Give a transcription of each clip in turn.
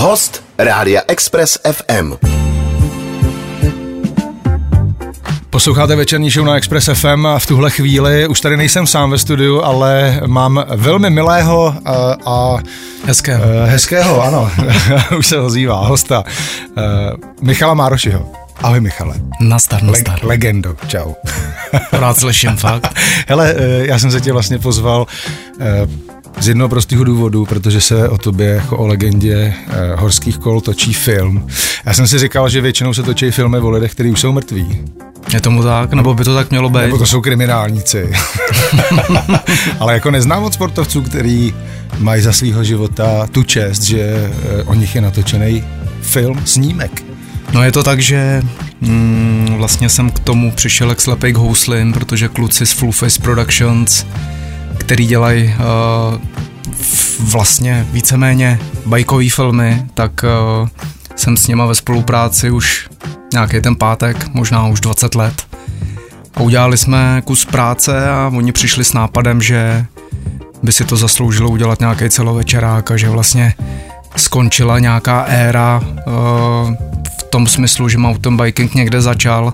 Host Rádia Express FM. Posloucháte večerní show na Express FM a v tuhle chvíli už tady nejsem sám ve studiu, ale mám velmi milého a hezkého, ano, už se ozývá, hosta, Michala Márošiho. Ahoj Michale. Nastar. Legendo, čau. Rád slyším, fakt. Hele, já jsem se tě vlastně pozval z jednoho prostého důvodu, protože se o tobě jako o legendě horských kol točí film. Já jsem si říkal, že většinou se točí filmy o lidech, kteří už jsou mrtví. Je tomu tak? Nebo by to tak mělo být? Nebo to jsou kriminálníci. Ale jako neznám od sportovců, který mají za svýho života tu čest, že o nich je natočený film, snímek. No je to tak, že vlastně jsem k tomu přišel jak slepej k houslim, protože kluci z Full Face Productions, který dělají vlastně víceméně bajkový filmy, tak jsem s nima ve spolupráci už nějaký ten pátek, možná už 20 let. A udělali jsme kus práce a oni přišli s nápadem, že by si to zasloužilo udělat nějaký celovečerák a že vlastně skončila nějaká éra v tom smyslu, že mountain biking někde začal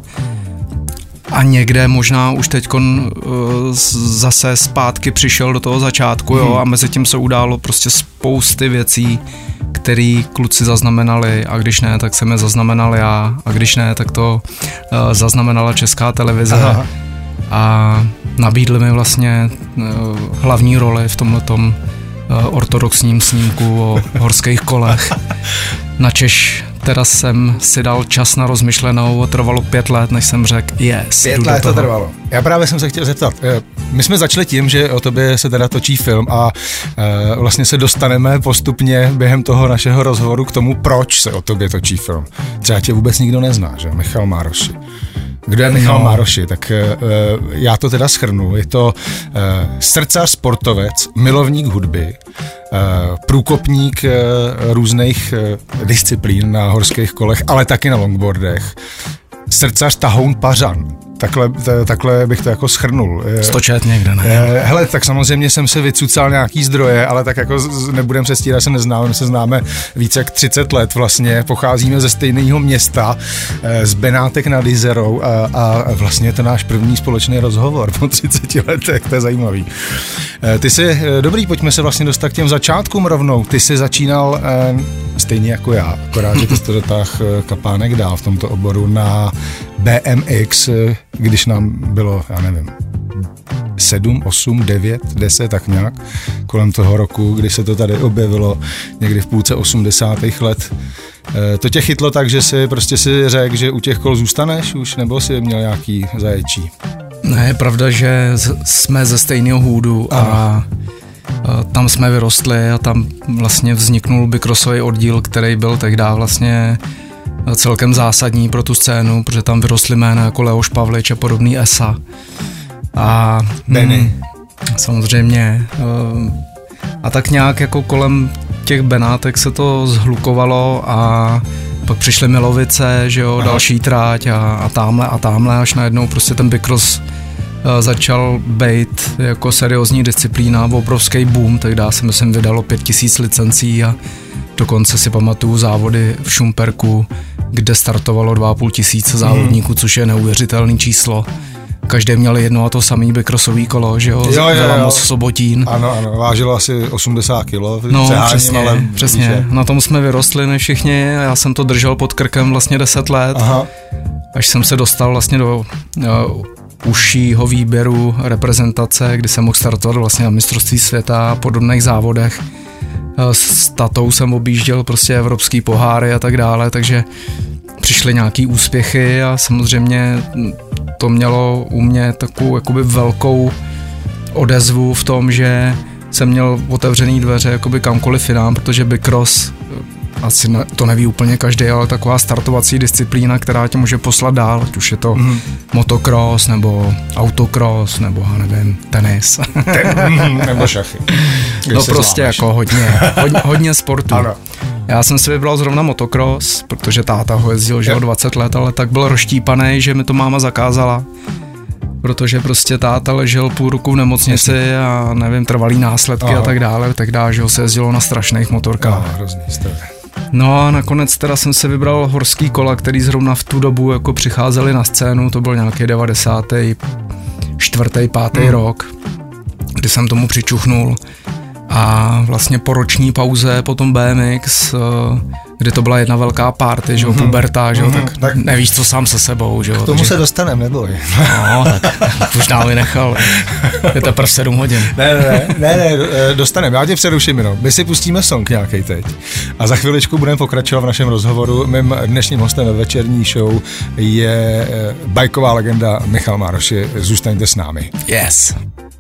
a někde možná už teďkon zase zpátky přišel do toho začátku, jo, a mezi tím se událo prostě spousty věcí, který kluci zaznamenali a když ne, tak jsem je zaznamenal já a když ne, tak to zaznamenala Česká televize. Aha. A nabídli mi vlastně hlavní roli v tomhletom ortodoxním snímku o horských kolech. Načež teda jsem si dal čas na rozmyšlenou, trvalo 5 let, než jsem řekl yes. 5 let to trvalo. Já právě jsem se chtěl zeptat, my jsme začali tím, že o tobě se teda točí film a vlastně se dostaneme postupně během toho našeho rozhovoru k tomu, proč se o tobě točí film. Třeba tě vůbec nikdo nezná, že? Michal Mároši. Kdo je Michal Mároši? Tak já to teda shrnu. Je to srdcař, sportovec, milovník hudby, průkopník různých disciplín na horských kolech, ale taky na longboardech. Srdcař, tahoun, pařan. Takhle bych to jako shrnul. Stočet někde, ne? Hele, tak samozřejmě jsem se vycucal nějaký zdroje, ale tak jako nebudem přestírat, se neznáme, my se známe více jak 30 let vlastně, pocházíme ze stejného města, z Benátek nad Jizerou a vlastně je to náš první společný rozhovor po 30 letech, to je zajímavý. Ty jsi, dobrý, pojďme se vlastně dostat k těm začátkům rovnou, ty jsi začínal stejně jako já, akorát, že ty jsi to dotáhl kapánek dál v tomto oboru na BMX, když nám bylo, já nevím, 7, 8, 9, 10, tak nějak, kolem toho roku, kdy se to tady objevilo někdy v půlce 80. let. To tě chytlo tak, že si prostě si řekl, že u těch kol zůstaneš už, nebo si měl nějaký zaječí? Ne, je pravda, že jsme ze stejného hůdu a tam jsme vyrostli a tam vlastně vzniknul bikrossový oddíl, který byl tehdy vlastně celkem zásadní pro tu scénu, protože tam vyrostly jména jako Leoš Pavlič a podobný ESA. A Benny. Samozřejmě. A tak nějak jako kolem těch Benátek se to zhlukovalo a pak přišly Milovice, že jo, další tráť a tamhle, až najednou prostě ten bikross začal být jako seriózní disciplína, obrovský boom, tehdy se myslím vydalo 5000 licencí a dokonce si pamatuju závody v Šumperku, kde startovalo 2500 závodníků, což je neuvěřitelný číslo. Každý měl jedno a to samý bikrossový kolo, že jo? Velamos Sobotín. Ano, vážilo asi 80 kilo. No, přesně. Na tom jsme vyrostli ne všichni a já jsem to držel pod krkem vlastně 10 let. Aha. Až jsem se dostal vlastně do užšího výběru reprezentace, kdy jsem mohl startovat vlastně na mistrovství světa a podobných závodech. S tatou jsem objížděl prostě evropský poháry a tak dále, takže přišly nějaký úspěchy a samozřejmě to mělo u mě takovou jakoby velkou odezvu v tom, že jsem měl otevřený dveře jakoby kamkoliv jinam, protože bikross, asi to neví úplně každý, ale taková startovací disciplína, která tě může poslat dál, ať už je to motocross, nebo autocross, nebo já nevím, tenis. Nebo šachy. No prostě jako hodně sportů. Ano. Já jsem si vybral zrovna motocross, protože táta ho jezdil, že 20 let, ale tak byl rozštípaný, že mi to máma zakázala. Protože prostě táta ležel půl roku v nemocnici a nevím, trvalý následky a tak dále, že ho se jezdilo na strašných motorkách. Hrozný strach. No a nakonec teda jsem si vybral horský kola, který zrovna v tu dobu jako přicházeli na scénu, to byl nějaký 94. 5. rok, kdy jsem tomu přičuchnul. A vlastně po roční pauze potom BMX, kdy to byla jedna velká party, že jo, puberta, že jo, tak nevíš, co sám se sebou, že jo. K tomu se dostaneme, neboj. No, tak už nám vynechal. Je teprve 7 hodin. Ne, dostaneme, já tě přeruším jenom. My si pustíme song nějaký teď a za chviličku budeme pokračovat v našem rozhovoru. Mým dnešním hostem ve večerní show je bajková legenda Michal Mároši. Zůstaňte s námi. Yes.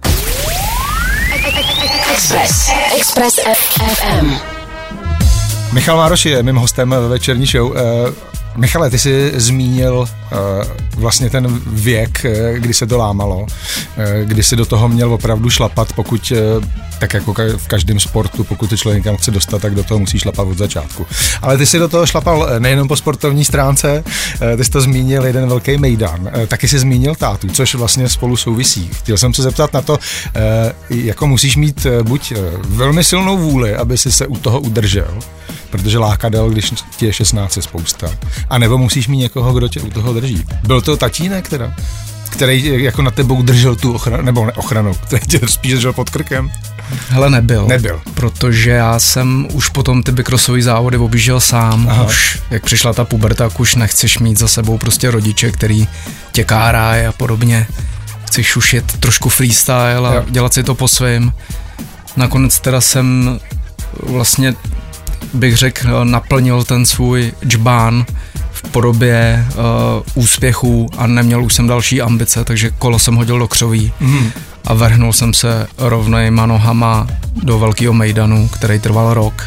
Express FM. Michal Mároš je mým hostem ve večerní show. Michale, ty jsi zmínil vlastně ten věk, kdy se to lámalo, kdy si do toho měl opravdu šlapat, pokud, tak jako v každém sportu, pokud se člověk někam chce dostat, tak do toho musí šlapat od začátku. Ale ty jsi do toho šlapal nejenom po sportovní stránce, ty jsi to zmínil jeden velký mejdan, taky jsi zmínil tátu, což vlastně spolu souvisí. Chtěl jsem se zeptat na to, jako musíš mít buď velmi silnou vůli, aby si se u toho udržel, protože lákadel, když ti je 16, je spousta. A nebo musíš mít někoho, kdo tě u toho drží. Byl to tatínek teda, který jako na tebou držel tu ochranu, nebo ne ochranu, který tě spíš držel pod krkem? Hele, nebyl. Nebyl. Protože já jsem už potom ty bikrossový závody objížděl sám. Aha. Už jak přišla ta puberta, tak už nechceš mít za sebou prostě rodiče, který tě kárají a podobně. Chceš už jet trošku freestyle a dělat si to po svým. Nakonec teda jsem vlastně, bych řekl, naplnil ten svůj džbán v podobě úspěchů a neměl už jsem další ambice, takže kolo jsem hodil do křoví a vrhnul jsem se rovnejma nohama do velkého mejdanu, který trval rok.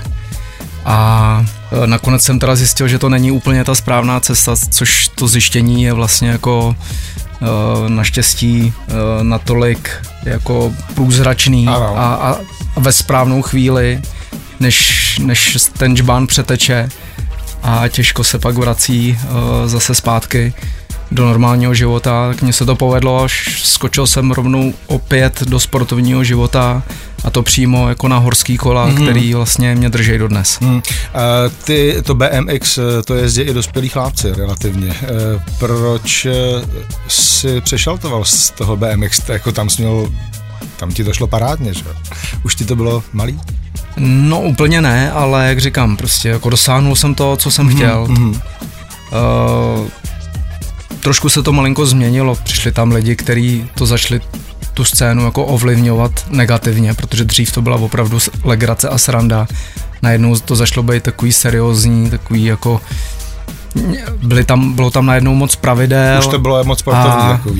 A nakonec jsem teda zjistil, že to není úplně ta správná cesta, což to zjištění je vlastně jako naštěstí natolik jako průzračný a ve správnou chvíli, než ten džbán přeteče a těžko se pak vrací zase zpátky do normálního života, tak mně se to povedlo, až skočil jsem rovnou opět do sportovního života a to přímo jako na horský kola, který vlastně mě drží dodnes. To BMX, to jezdí i dospělí chlápci relativně. Proč jsi přešaltoval z toho BMX? Jako tam ti to šlo parádně, že? Už ti to bylo malý? No úplně ne, ale jak říkám, prostě jako dosáhnul jsem to, co jsem chtěl. Trošku se to malinko změnilo, přišli tam lidi, kteří to začali tu scénu jako ovlivňovat negativně, protože dřív to byla opravdu legrace a sranda. Najednou to začalo být takový seriózní, takový jako bylo tam najednou moc pravidel. Už to bylo moc sportovní takový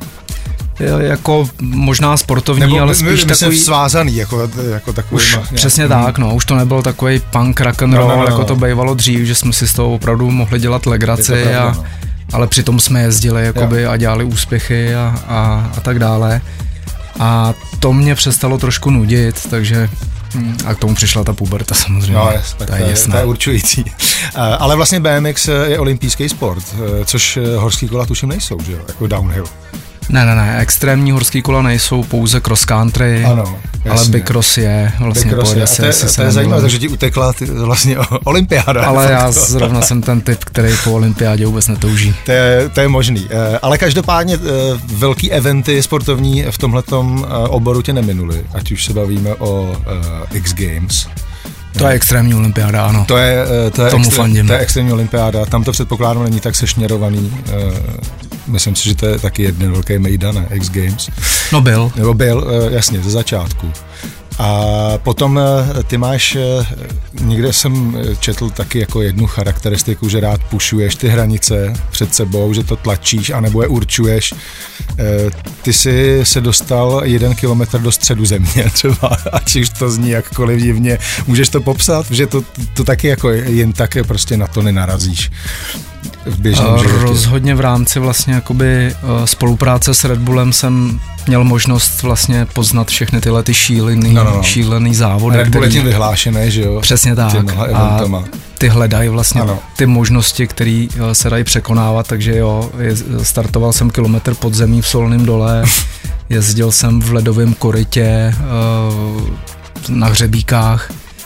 jako možná sportovní, nebo ale spíš takový svázaný, jako takový. Už přesně tak, no, už to nebylo takový punk rock and roll, jako to bývalo dřív, že jsme si z toho opravdu mohli dělat legraci, ale přitom jsme jezdili jakoby a dělali úspěchy a tak dále. A to mě přestalo trošku nudit, takže a k tomu přišla ta puberta samozřejmě. No, to je určující. Ale vlastně BMX je olympijský sport, což horský kola tuším nejsou, že jo, jako downhill. Ne, extrémní horský kola nejsou pouze cross country, ano, ale bikross je vlastně pojede se. To je zajímavé, takže ti utekla vlastně olympiáda. Ale já zrovna jsem ten typ, který po olympiádě vůbec netouží. To je možný. Ale každopádně velký eventy sportovní v tomhletom oboru tě neminuli, ať už se bavíme o X Games. To je extrémní olympiáda, ano. To je extrémní olympiáda, tam to předpokládám není tak sešněrovaný. Myslím si, že to je taky jeden velký mejdan, X Games. No byl, jasně, ze začátku. A potom ty máš, někde jsem četl taky jako jednu charakteristiku, že rád pušuješ ty hranice před sebou, že to tlačíš anebo je určuješ. Ty jsi se dostal 1 kilometr do středu země třeba, ať už to zní jakkoliv divně. Můžeš to popsat, že to taky jako jen tak prostě na to nenarazíš v běžném životě? Rozhodně v rámci vlastně jakoby spolupráce s Red Bullem jsem měl možnost vlastně poznat všechny tyhle ty šílený závody. Red Bull je tím vyhlášené, že jo? Přesně tak. A ty hledají vlastně ty možnosti, které se dají překonávat, takže jo, startoval jsem kilometr pod zemí v Solném dole, jezdil jsem v ledovém korytě, na hřebíkách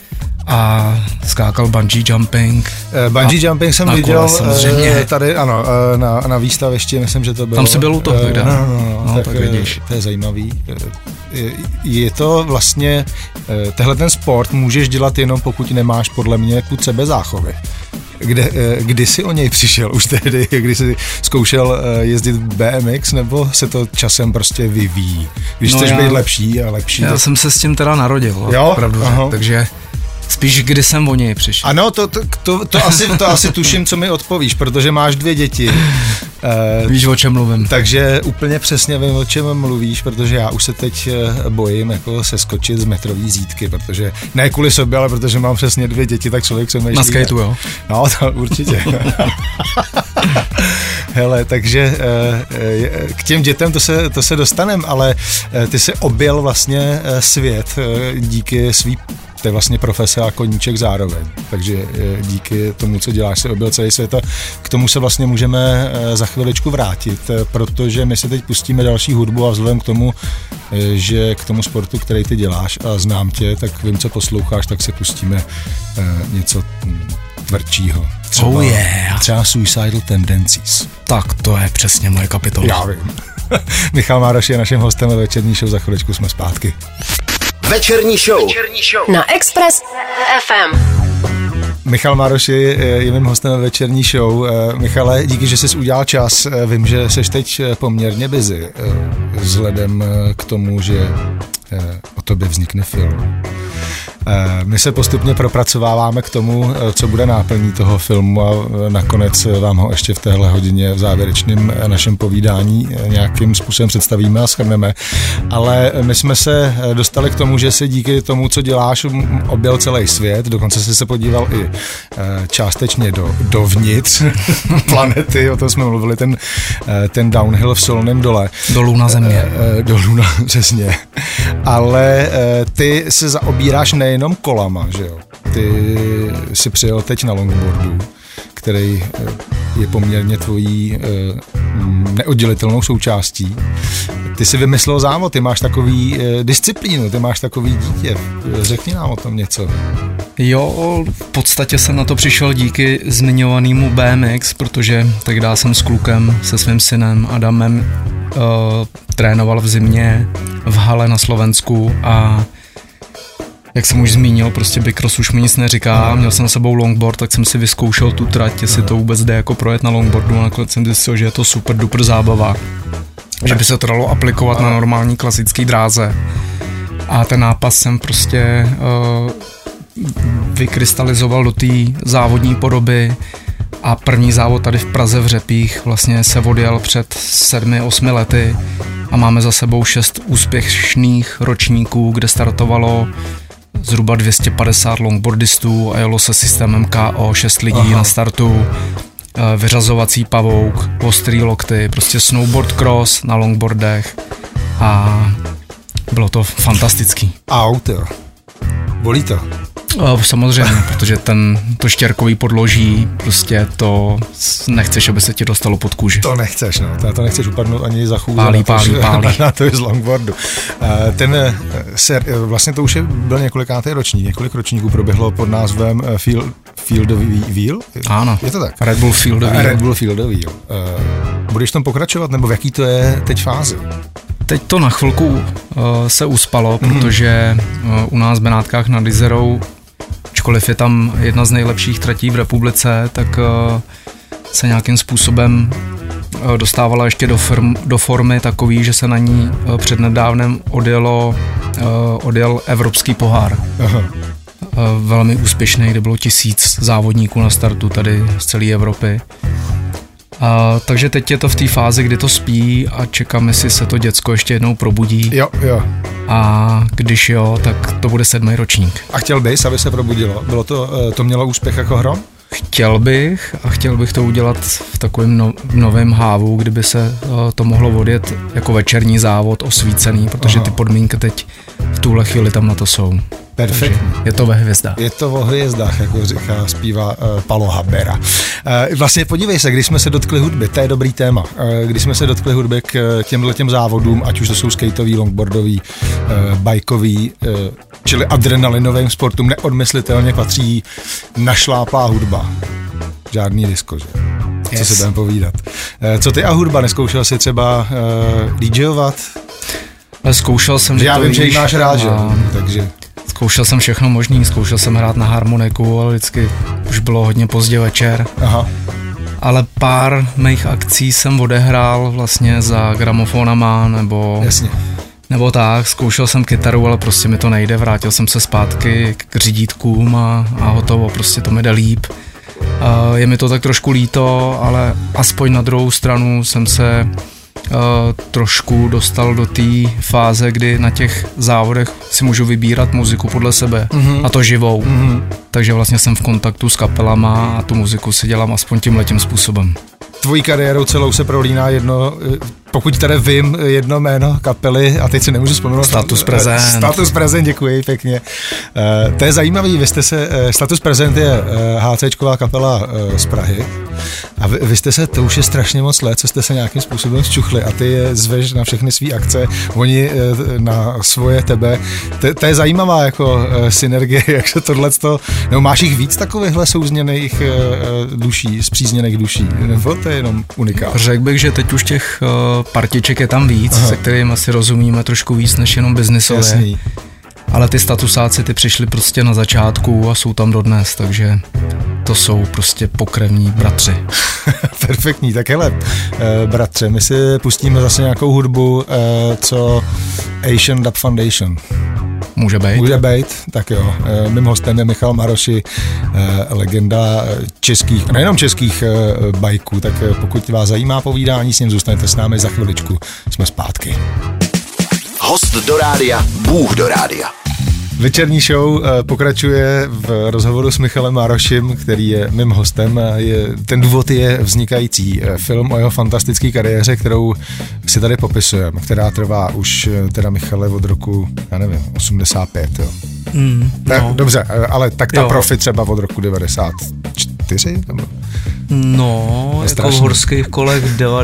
a skákal bungee jumping. Bungee jumping jsem viděl samozřejmě. Tady, ano, na výstavišti, myslím, že to bylo. Tam jsi byl u toho, tak vidíš. To je zajímavý. Je to vlastně, tehle ten sport můžeš dělat jenom pokud nemáš podle mě kud sebezáchovy. Kdy jsi o něj přišel už tehdy, kdy jsi zkoušel jezdit BMX, nebo se to časem prostě vyvíjí? Když chceš být lepší a lepší. Já jsem se s tím teda narodil, opravdu, takže spíš kdy jsem o něj přišel. Ano, to asi tuším, co mi odpovíš, protože máš 2 děti. Víš, o čem mluvím. Takže úplně přesně vím, o čem mluvíš, protože já už se teď bojím jako seskočit z metrový zítky, protože ne kvůli sobě, ale protože mám přesně 2 děti, tak člověk se Na skateu, jo? No, to určitě. Hele, takže k těm dětem to se dostanem, ale ty jsi objel vlastně svět díky svý, to je vlastně profese a koníček zároveň, takže díky tomu, co děláš, se objel celý svět a k tomu se vlastně můžeme za chviličku vrátit, protože my si teď pustíme další hudbu a vzhledem k tomu, že k tomu sportu, který ty děláš a znám tě, tak vím, co posloucháš, tak si pustíme něco tvrdšího. Třeba Suicidal Tendencies. Tak to je přesně moje kapitola. Já vím. Michal Mároš je naším hostem ve večerní show, za chviličku jsme zpátky. Večerní show na Express FM. Michal Mároš je mým hostem ve večerní show. Michale, díky, že jsi udělal čas. Vím, že jsi teď poměrně busy vzhledem k tomu, že o tobě vznikne film. My se postupně propracováváme k tomu, co bude náplní toho filmu a nakonec vám ho ještě v téhle hodině v závěrečném našem povídání nějakým způsobem představíme a shrneme. Ale my jsme se dostali k tomu, že si díky tomu, co děláš, objel celý svět, dokonce jsi se podíval i částečně dovnitř planety, o tom jsme mluvili, ten downhill v Solném dole. Dolů na země. Přesně. Ale ty se zaobíráš nejenom kolama, že jo? Ty si přijel teď na longboardu, který je poměrně tvojí neoddělitelnou součástí. Ty si vymyslel závod, ty máš takový disciplínu, ty máš takový dítě. Řekni nám o tom něco. Jo, v podstatě jsem na to přišel díky zmiňovanému BMX, protože tehdy jsem s klukem, se svým synem Adamem trénoval v zimě v hale na Slovensku a jak jsem už zmínil, prostě bikross už mi nic neříká, měl jsem s sebou longboard, tak jsem si vyzkoušel tu trať, jestli to vůbec jde jako projet na longboardu a nakonec jsem zjistil, že je to super duper zábava, že by se to dalo aplikovat na normální klasický dráze a ten nápad jsem prostě vykrystalizoval do té závodní podoby a první závod tady v Praze v Řepích vlastně se odjel před 7-8 lety a máme za sebou 6 úspěšných ročníků, kde startovalo zhruba 250 longboardistů a jelo se systémem KO, 6 lidí na startu, vyřazovací pavouk, ostrý lokty, prostě snowboard cross na longboardech a bylo to fantastický. Aut, jo. Bolí to? Samozřejmě, protože to štěrkový podloží, prostě to nechceš, aby se ti dostalo pod kůži. To nechceš, no. To nechceš upadnout ani za chůze. Pálí. Na to je z longboardu. Vlastně to už byl několikátý ročník. Několik ročníků proběhlo pod názvem Fieldový Wheel? Ano. Je to tak? Red Bull Fieldový Wheel. Budeš tam pokračovat, nebo v jaký to je teď fázi? Teď to na chvilku se uspalo, protože u nás v Benátkách nad Jizerou, ačkoliv je tam jedna z nejlepších tratí v republice, tak se nějakým způsobem dostávala ještě do formy takový, že se na ní přednedávnem odjel Evropský pohár. Aha. Velmi úspěšný, kde bylo 1000 závodníků na startu tady z celé Evropy. Takže teď je to v té fázi, kdy to spí a čekám, jestli se to děcko ještě jednou probudí. Jo. A když jo, tak to bude 7. ročník. A chtěl bys, aby se probudilo? To mělo úspěch jako hrom? Chtěl bych to udělat v takovém novém hávu, kdyby se to mohlo odjet jako večerní závod osvícený, protože ty podmínky teď v tuhle chvíli tam na to jsou. Perfektní. Je to ve hvězdách. Je to o hvězdách, jako zpívá Palo Habera. Vlastně podívej se, když jsme se dotkli hudby, to je dobrý téma, když jsme se dotkli hudby k těmhletěm závodům, ať už to jsou skateový, longboardový, bajkový, čili adrenalinovým sportům, neodmyslitelně patří našláplá hudba. Žádný disko, že? Co si budeme povídat. Co ty a hudba? Neskoušel jsi třeba DJovat? Zkoušel jsem. Já vím, že ji máš rád, že? Takže... Zkoušel jsem všechno možný, zkoušel jsem hrát na harmoniku, ale vždycky už bylo hodně pozdě večer. Aha. Ale pár mých akcí jsem odehrál vlastně za gramofonama nebo tak, zkoušel jsem kytaru, ale prostě mi to nejde, vrátil jsem se zpátky k řídítkům a hotovo, prostě to mi jde líp. Je mi to tak trošku líto, ale aspoň na druhou stranu jsem se trošku dostal do té fáze, kdy na těch závodech si můžu vybírat muziku podle sebe, a to živou. Takže vlastně jsem v kontaktu s kapelama a tu muziku si dělám aspoň tímhletím způsobem. Tvojí kariérou celou se prolíná jedno, pokud tady vím, jedno jméno kapely, a teď si nemůžu vzpomenout. Status Present. Status Present, děkuji pěkně. To je zajímavý, vy jste se, Status Present je HCčková kapela z Prahy a vy jste se, to už je strašně moc let, co jste se nějakým způsobem zčuchli a ty je zveš na všechny svý akce, oni na svoje tebe. To je zajímavá jako synergie, jak se tohleto, nebo máš jich víc takovýchhle souzněných duší, spřízněných duší, nebo to je jenom unikát? Řekl bych, že teď už těch partiček je tam víc, se kterými asi rozumíme trošku víc než jenom biznisově. Jasný. Ale ty statusáci, ty přišli prostě na začátku a jsou tam dodnes, takže to jsou prostě pokrevní bratři. Perfektní, tak hele, bratře, my si pustíme zase nějakou hudbu, co Asian Dub Foundation. Může být. Může být, tak jo. Mým hostem je Michal Maroši, legenda českých, nejenom českých bajků, tak pokud vás zajímá povídání s ním, zůstaňte s námi za chviličku. Jsme zpátky. Host do rádia, Bůh do rádia. Večerní show pokračuje v rozhovoru s Michalem Marošem, který je mým hostem. Ten důvod je vznikající film o jeho fantastické kariéře, kterou si tady popisujeme, která trvá už teda Michale od roku, já nevím, 85, jo. No. Dobře, ale tak ta profi třeba od roku 94? No, jako v horských kolech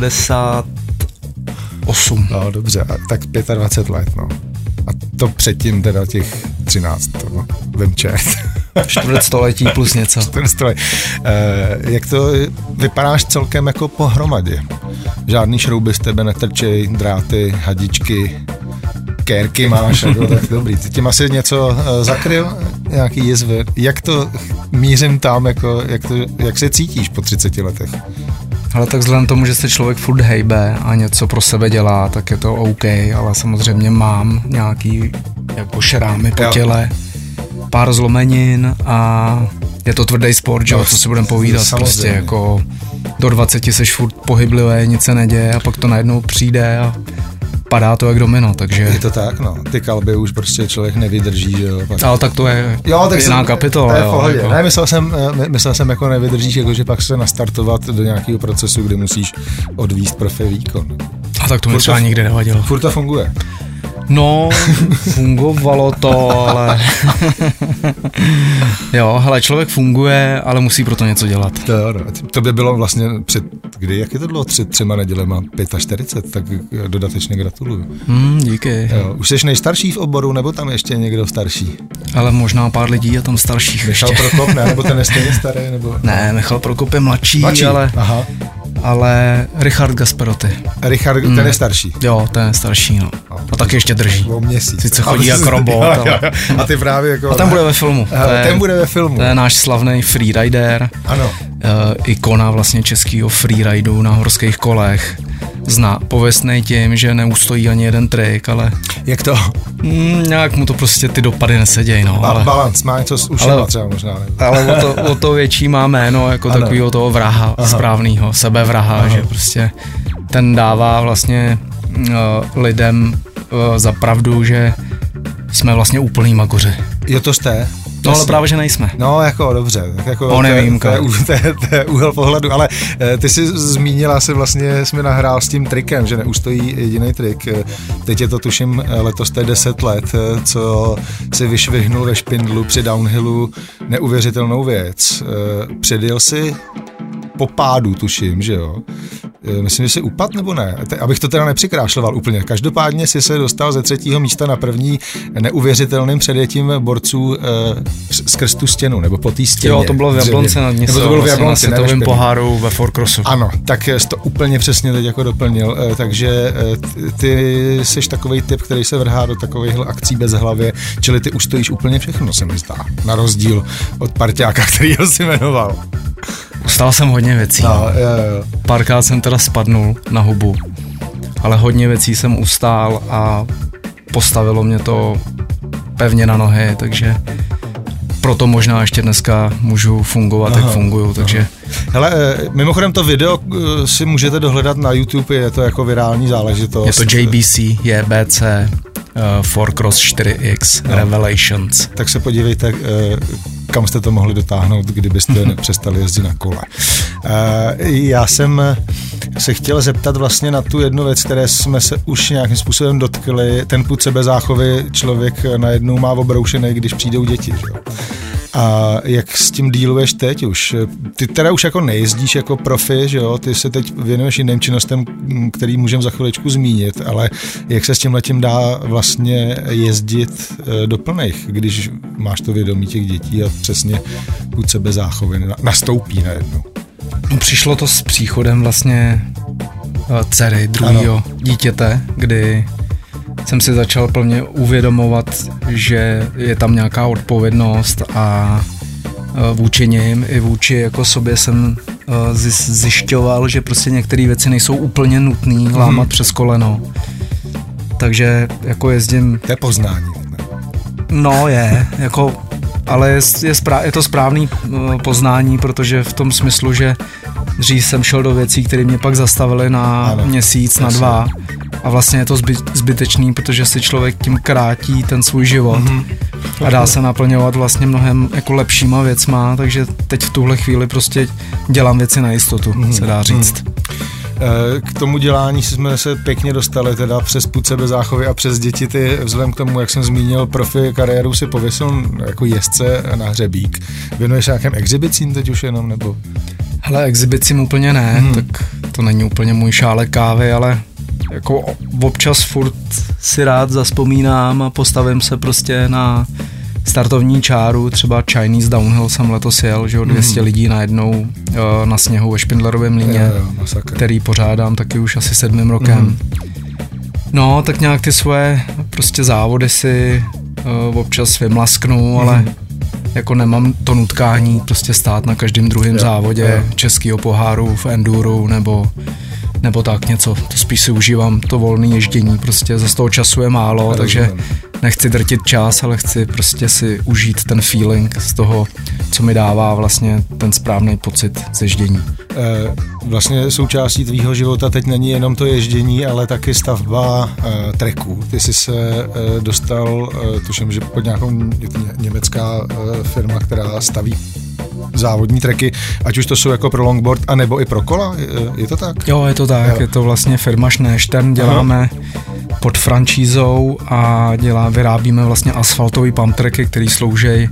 98. No, dobře, tak 25 let, no. A to předtím teda těch 13, no, vím čert. Čtvrtstoletí plus něco. Jak to vypadáš celkem jako pohromadě? Žádný šrouby z tebe netrčej, dráty, hadičky, kérky máš, jako, tak dobrý. Ty tím asi něco zakryl, nějaký jizvy. Jak to mířím tam, jako, jak se cítíš po 30 letech? Ale tak vzhledem tomu, že se člověk furt hejbe a něco pro sebe dělá, tak je to OK, ale samozřejmě mám nějaký jako šrámy po těle, pár zlomenin a je to tvrdý sport, že, co si budeme povídat, prostě jako do 20 seš furt pohyblivý, nic se neděje a pak to najednou přijde a padá to jak domino, takže... Je to tak, no. Ty kalby už prostě člověk nevydrží, že jo. Ale tak to je jiná kapitola, jo. Jako. Ne, myslel jsem jako nevydržíš, jako že pak se nastartovat do nějakého procesu, kde musíš odvíst profi výkon. A tak to mi třeba nikdy nevadilo. Furt to funguje. No, fungovalo to, ale... Jo, hele, člověk funguje, ale musí pro to něco dělat. To by bylo vlastně před, kdy, jak je to bylo, 3 nedělema, 45, tak dodatečně gratuluju. Díky. Jo, už jsi nejstarší v oboru, nebo tam ještě někdo starší? Ale možná pár lidí je tam starších. Michal Prokop, ne? Nebo ten je stejně starý? Nebo... Ne, Michal Prokop je mladší. Ale... Aha. Ale Richard Gasperotti. Richard, ten je starší. Jo, ten je starší, no. A taky ještě drží. O měsíc. Sice chodí jako robot. A ty právě jako... A ten bude ve filmu. Ten bude ve filmu. To je náš slavný freerider. Ano. Ikona vlastně českého freeridu na horských kolech. Pověstnej tím, že neustojí ani jeden trik, ale... Jak to? Nějak mu to prostě ty dopady nesedějí, no. Balans, má něco s ušima třeba možná. Ne? Ale o to větší má jméno, jako takovýho toho vraha správnýho, sebevraha, že prostě ten dává vlastně lidem za pravdu, že jsme vlastně úplný magoři. Jo, to jste? No ale právě, že nejsme. No jako dobře, tak jako to je úhel pohledu, ale ty jsi zmínila, jsme nahrál s tím trikem, že neustojí jediný trik. Teď je to tuším letos to je 10 let, co si vyšvihnul ve Špindlu při downhillu neuvěřitelnou věc. Předjel si po pádu, tuším, že jo? Myslím, že jsi upadl nebo ne? Abych to teda nepřikrášloval úplně. Každopádně si se dostal ze 3. místa na první neuvěřitelným předjetím borců skrz tu stěnu, nebo po té stěně. Jo, to bylo v Jablonci nad Nisou, to bylo v Jablonci, na světovém poháru ve Four-crossu. Ano, tak jsi to úplně přesně teď jako doplnil. Takže ty jsi takovej typ, který se vrhá do takových akcí bez hlavě, čili ty už stojíš úplně všechno, se mi zdá. Na rozdíl od parťáka, kterýho si jmenoval. Ustal jsem hodně věcí. No, jo. Párkrát jsem teda spadnul na hubu, ale hodně věcí jsem ustál a postavilo mě to pevně na nohy, takže proto možná ještě dneska můžu fungovat, jak funguju, takže... Hele, mimochodem to video si můžete dohledat na YouTube, je to jako virální záležitost. Je to JBC, JBC, Four-cross 4X, Revelations. Tak se podívejte, kam jste to mohli dotáhnout, kdybyste přestali jezdit na kole. Já jsem se chtěl zeptat vlastně na tu jednu věc, které jsme se už nějakým způsobem dotkli. Ten pud sebezáchovy člověk najednou má obroušený, když přijdou děti. Že? A jak s tím díluješ teď už? Ty teda už jako nejezdíš jako profi, že jo? Ty se teď věnuješ jiným činnostem, který můžeme za chviličku zmínit, ale jak se s tímhletím dá vlastně jezdit do plných, když máš to vědomí těch dětí a přesně pud sebezáchovy nastoupí najednou? Přišlo to s příchodem vlastně dcery, druhého dítěte, kdy jsem si začal plně uvědomovat, že je tam nějaká odpovědnost a vůči nim i vůči jako sobě jsem zjišťoval, že prostě některé věci nejsou úplně nutné lámat přes koleno. Takže jako jezdím... To je poznání. Ne? No jako, ale je to správný poznání, protože v tom smyslu, že dřív jsem šel do věcí, které mě pak zastavily na měsíc, na 2. A vlastně je to zbytečný, protože si člověk tím krátí ten svůj život a dá se naplňovat vlastně mnohem jako lepšíma věcma, takže teď v tuhle chvíli prostě dělám věci na jistotu, se dá říct. K tomu dělání jsme se pěkně dostali teda přes pud sebezáchovy a přes děti. Ty vzhledem k tomu, jak jsem zmínil, profi kariéru si pověsil jako jezdce na hřebík. Věnuješ nějakým exhibicím teď už jenom, nebo? Hele, exhibicím úplně ne, tak to není úplně můj šálek kávy, ale jako občas furt si rád zazpomínám a postavím se prostě na startovní čáru, třeba Chinese Downhill jsem letos jel, že 200 lidí najednou na sněhu ve Špindlerovém mlýně, který pořádám taky už asi 7. rokem. No, tak nějak ty svoje prostě závody si občas vymlasknu, ale jako nemám to nutkání prostě stát na každém druhém závodě českého poháru v enduru nebo tak něco, to spíš si užívám to volné ježdění, prostě za toho času je málo, takže nechci drtit čas, ale chci prostě si užít ten feeling z toho, co mi dává vlastně ten správný pocit z ježdění. Vlastně součástí tvýho života teď není jenom to ježdění, ale taky stavba treků. Ty jsi se dostal, tuším, že pod nějakou německá firma, která staví závodní treky, ať už to jsou jako pro longboard, anebo i pro kola, je to tak? Jo, je to tak, je to vlastně firma Schneestern, děláme pod franšízou a vyrábíme vlastně asfaltový pump tracky, který slouží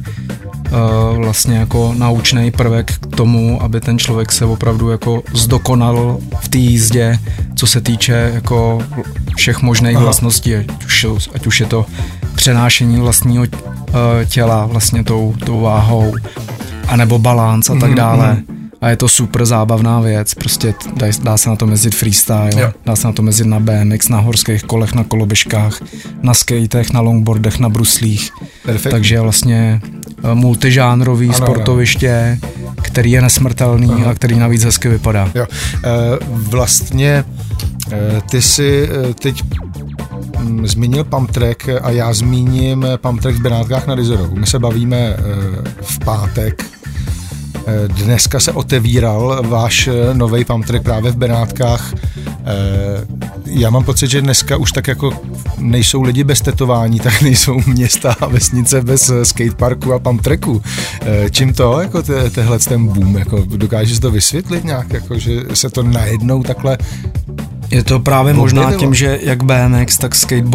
vlastně jako naučný prvek k tomu, aby ten člověk se opravdu jako zdokonal v té jízdě, co se týče jako všech možných vlastností, ať už je to přenášení vlastního těla vlastně tou váhou, anebo balans a tak dále. A je to super zábavná věc, prostě dá se na to jezdit freestyle, dá se na to jezdit na BMX, na horských kolech, na koloběžkách, na skatech, na longboardech, na bruslích. Perfect. Takže vlastně multižánrový sportoviště, který je nesmrtelný a který navíc hezky vypadá. Jo. Vlastně ty si teď zmínil pump track a já zmíním pump track v Benátkách nad Izorou. My se bavíme v pátek. Dneska se otevíral váš nový pump track právě v Benátkách. já mám pocit, že dneska už tak jako nejsou lidi bez tetování, tak nejsou města a vesnice bez skateparku a pump tracku. Čím to, jako tehle ten boom, jako dokážeš to vysvětlit nějak, jako že se to najednou takhle je to právě možná tím, že jak BMX, tak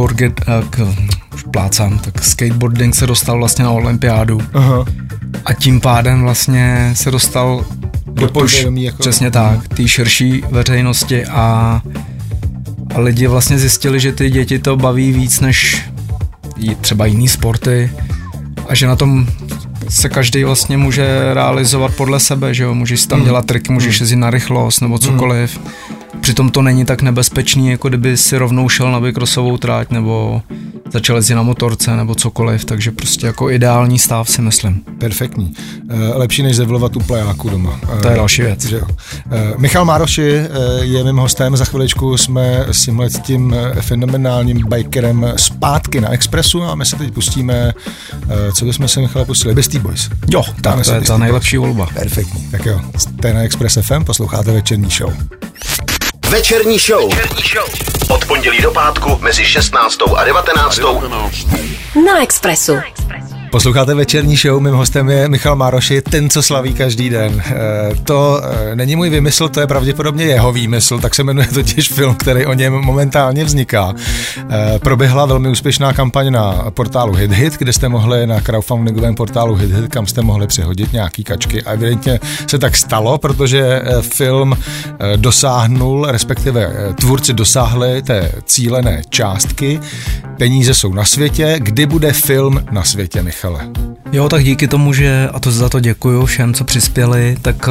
skateboarding se dostal vlastně na olympiádu. Aha. A tím pádem vlastně se dostal do povědomí, jako přesně tak, té širší veřejnosti a lidi vlastně zjistili, že ty děti to baví víc než třeba jiný sporty a že na tom se každý vlastně může realizovat podle sebe, že jo, můžeš si tam dělat triky, můžeš jezdit na rychlost nebo cokoliv. Přitom to není tak nebezpečný, jako kdyby si rovnou šel na bikrossovou tráť nebo začal jezdit na motorce nebo cokoliv, takže prostě jako ideální stav si myslím. Perfektní. Lepší než zevlovat u plejáku doma. To je další věc. Michal Mároši je mým hostem, za chviličku jsme s tímhletím fenomenálním bikerem zpátky na Expressu a my se teď pustíme, co bychom se, Michale, pustili? Beastie Boys. Jo, tak to je ta nejlepší volba. Perfektní. Tak jo, jste na Express FM, posloucháte Večerní show. Večerní show. Od pondělí do pátku mezi 16. a 19. Na Expressu. Posloucháte Večerní show, mým hostem je Michal Mároši, ten, co slaví každý den. To není můj vymysl, to je pravděpodobně jeho výmysl, tak se jmenuje totiž film, který o něm momentálně vzniká. Proběhla velmi úspěšná kampaň na portálu HitHit, kde jste mohli na crowdfundingovém portálu HitHit, kam jste mohli přehodit nějaký kačky. A evidentně se tak stalo, protože film dosáhnul, respektive tvůrci dosáhli té cílené částky. Peníze jsou na světě. Kdy bude film na světě, Michale? Jo, tak díky tomu, že, a to za to děkuju všem, co přispěli, tak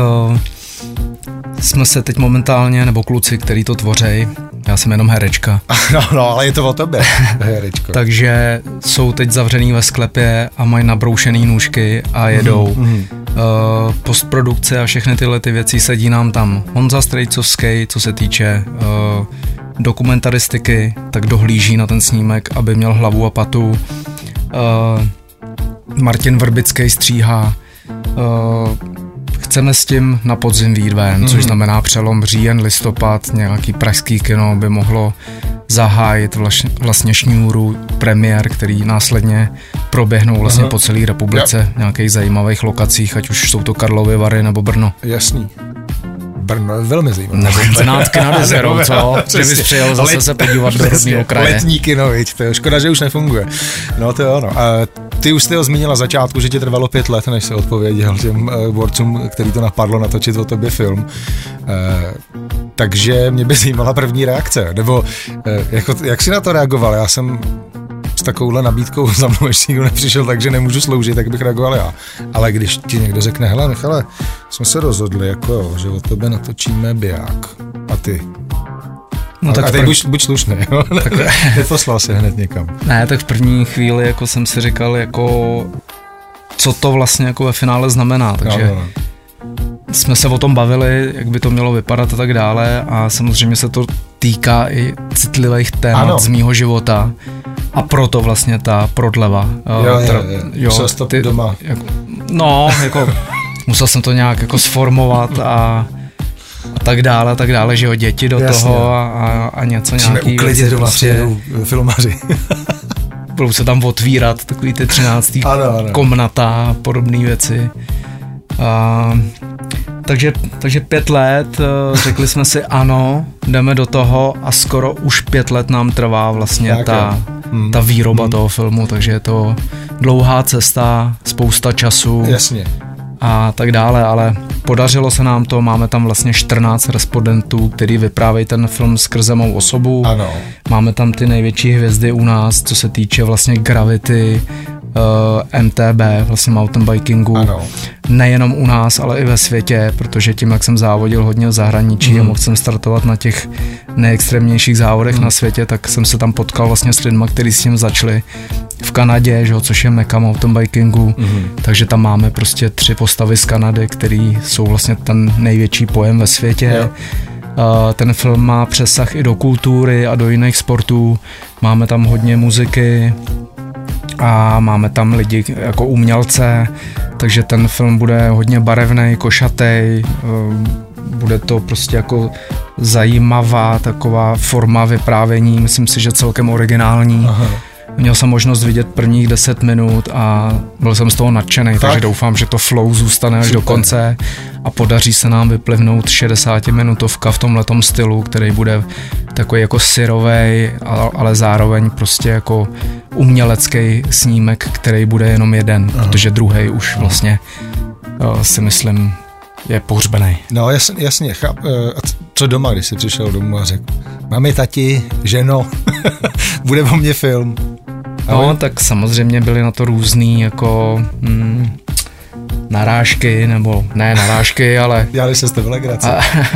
jsme se teď momentálně, nebo kluci, který to tvoří, já jsem jenom herečka. No, ale je to o tobě, herečko. Takže jsou teď zavřený ve sklepě a mají nabroušený nůžky a jedou. Postprodukce a všechny tyhle ty věci, sedí nám tam Honza Strejcovský, co se týče dokumentaristiky, tak dohlíží na ten snímek, aby měl hlavu a patu. Martin Vrbický stříhá. Chceme s tím na podzim vyjít ven, což znamená přelom říjen, listopad, nějaký pražský kino by mohlo zahájit vlastně šňůru premiér, který následně proběhnou vlastně po celé republice v nějakých zajímavých lokacích, ať už jsou to Karlovy Vary nebo Brno. Jasný. Brno je velmi zajímavé. Nebo Benátky nad Jezerou, co? Kdybys přijel zase se podívat do rodného kraje. Letní kino, viď, to je škoda, že už nefunguje. No to je ono. Ty už jsi ho zmínila na začátku, že ti trvalo 5 let, než se odpověděl těm borcům, který to napadlo natočit o tobě film. Takže mě by zajímala první reakce. Nebo jak jsi na to reagoval? Já jsem s takovouhle nabídkou za mnou ještě nikdo nepřišel, takže nemůžu sloužit, tak bych reagoval já. Ale když ti někdo řekne, hele Michale, jsme se rozhodli, jako, že o tobě natočíme biják. A ty? No, tak a teď buď slušný, jo? Neposlal se hned někam. Ne, tak v první chvíli jako jsem si říkal, jako, co to vlastně jako ve finále znamená, takže jsme se o tom bavili, jak by to mělo vypadat a tak dále a samozřejmě se to týká i citlivých témat z mýho života a proto vlastně ta prodleva. Musel jsi to doma. Jako musel jsem to nějak jako sformovat a tak dále, že jo, děti do toho a něco nějaký věci. Uklidit doma, přijedou filmaři. Budou se tam otvírat takový ty 13. komnata a podobné věci. Takže 5 let, řekli jsme si ano, jdeme do toho a skoro už 5 let nám trvá vlastně ta výroba toho filmu, takže je to dlouhá cesta, spousta času. Jasně. A tak dále, ale podařilo se nám to, máme tam vlastně 14 respondentů, který vyprávějí ten film skrze mou osobu. Ano. Máme tam ty největší hvězdy u nás, co se týče vlastně Gravity, MTB, vlastně mountain bikingu. Ano. Nejenom u nás, ale i ve světě, protože tím, jak jsem závodil hodně v zahraničí a mohl jsem startovat na těch nejextrémnějších závodech na světě, tak jsem se tam potkal vlastně s lidma, kteří s tím začali v Kanadě, že, což je meka mountain bikingu, takže tam máme prostě 3 postavy z Kanady, který jsou vlastně ten největší pojem ve světě. Ten film má přesah i do kultury a do jiných sportů, máme tam hodně muziky a máme tam lidi jako umělce, takže ten film bude hodně barevný, košatý, bude to prostě jako zajímavá taková forma vyprávění, myslím si, že celkem originální. Aha. Měl jsem možnost vidět prvních 10 minut a byl jsem z toho nadšený, takže doufám, že to flow zůstane až do konce a podaří se nám vyplivnout 60-minutovka v tomhletom stylu, který bude takový jako syrovej, ale zároveň prostě jako umělecký snímek, který bude jenom jeden, protože druhý už vlastně si myslím je pohřbený. No jasně, co doma, když jsi přišel domů a řekl, mami, tati, ženo, bude o mě film. No, tak samozřejmě byly na to různý jako narážky, nebo ne narážky, ale... Dělali se z tebe legraci.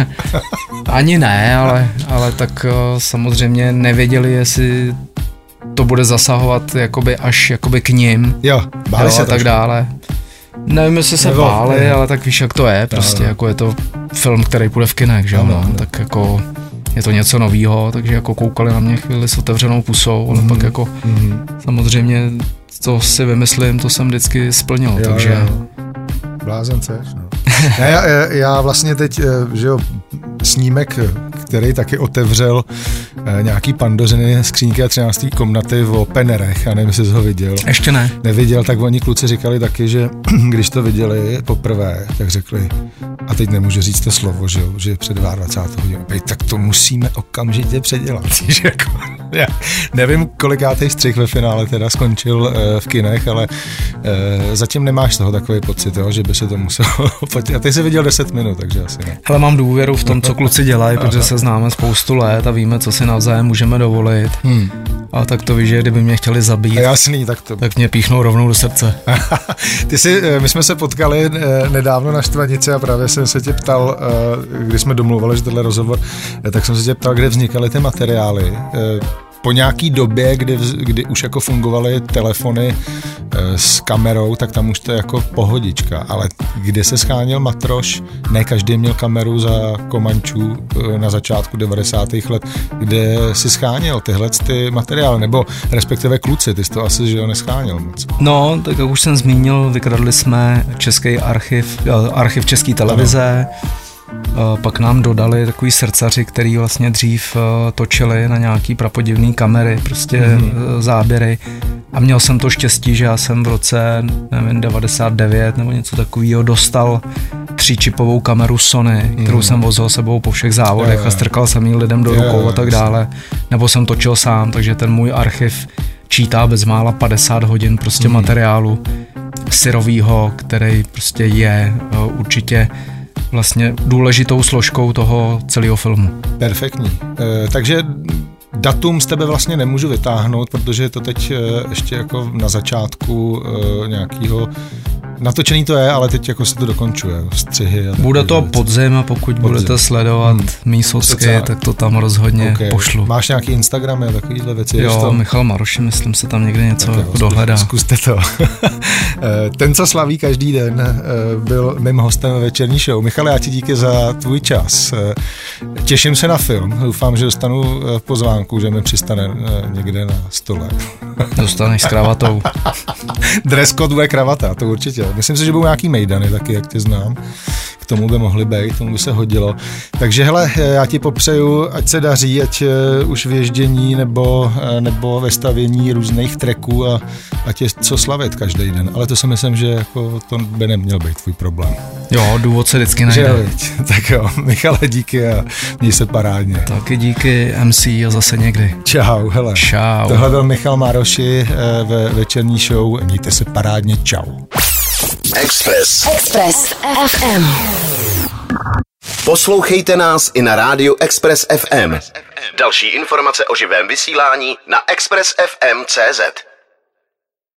Ani ne, ale tak samozřejmě nevěděli, jestli to bude zasahovat jakoby až jakoby k nim. Jo, báli se a tak dále. Nevím, jestli se báli, ale tak víš, jak to je, prostě jako je to film, který půjde v kinech, že jo, tak jako je to něco novýho, takže jako koukali na mě chvíli s otevřenou pusou, ale pak jako samozřejmě co si vymyslím, to jsem vždycky splnil, takže... Blázen seš, no. Já vlastně teď, že jo, snímek, který taky otevřel nějaký Pandořiny skřínky a 13. komnaty v Openerech, a nevím, jestli jsi ho viděl. Ještě ne. Neviděl, tak oni kluci říkali taky, že když to viděli poprvé, tak řekli, a teď nemůžu říct to slovo, že jo, že před 22. hodinou, tak to musíme okamžitě předělat. Jako, já nevím, kolikátej střih ve finále teda skončil v kinech, ale zatím nemáš z toho takový pocit, jo, že by se to muselo a ty jsi viděl 10 minut, takže asi ne. Hele, mám důvěru v tom, co kluci dělají, protože se známe spoustu let a víme, co si navzájem můžeme dovolit. A tak to víš, že kdyby mě chtěli zabít, jasný, tak mě píchnou rovnou do srdce. My jsme se potkali nedávno na Štvanici a právě jsem se tě ptal, když jsme domluvali, že tenhle rozhovor, tak jsem se tě ptal, kde vznikaly ty materiály. Po nějaký době, kdy už jako fungovaly telefony s kamerou, tak tam už to je jako pohodička, ale kde se scháněl Matroš, ne každý měl kameru za Komančů na začátku 90. let, kde si scháněl tyhle ty materiály, nebo respektive kluci, ty jsi to asi, že jo, nescháněl moc. No, tak jak už jsem zmínil, vykradli jsme český archiv České televize. Pak nám dodali takový srdcaři, který vlastně dřív točili na nějaký prapodivný kamery, prostě záběry. A měl jsem to štěstí, že já jsem v roce, nevím, 99 nebo něco takového dostal 3čipovou kameru Sony, kterou jsem vozil sebou po všech závodech a strkal jsem ji lidem do rukou a tak dále. Nebo jsem točil sám, takže ten můj archiv čítá bezmála 50 hodin prostě materiálu syrovýho, který prostě je určitě vlastně důležitou složkou toho celého filmu. Perfektní. Takže datum z tebe vlastně nemůžu vytáhnout, protože je to teď ještě jako na začátku nějakého natočený to je, ale teď jako se to dokončuje, střihy. Bude to podzim a pokud budete sledovat mý socky, tak to tam rozhodně pošlu. Máš nějaký Instagram a takovýhle věci? Jo, Michal Maroši, myslím, se tam někde něco jako dohledá. Zkuste to. Ten, co slaví každý den, byl mým hostem ve večerní show. Michale, já ti díky za tvůj čas. Těším se na film. Doufám, že dostanu pozvánku, že mi přistane někde na stole. Dostaneš s kravatou. Dress code bude kravata, to určitě. Myslím si, že budou nějaký mejdany taky, jak tě znám. K tomu by mohly být, tomu by se hodilo. Takže hele, já ti popřeju, ať se daří, ať už v ježdění nebo ve stavění různých tracků a ať je co slavit každý den. Ale to si myslím, že jako to by neměl být tvůj problém. Jo, důvod se vždycky najde. Tak jo, Michale, díky a měj se parádně. Taky díky MC a zase někdy. Čau, hele. Čau. Tohle byl Michal Maroši ve večerní show. Mějte se parádně, čau. Express FM. Poslouchejte nás i na rádiu Express FM. Další informace o živém vysílání na expressfm.cz.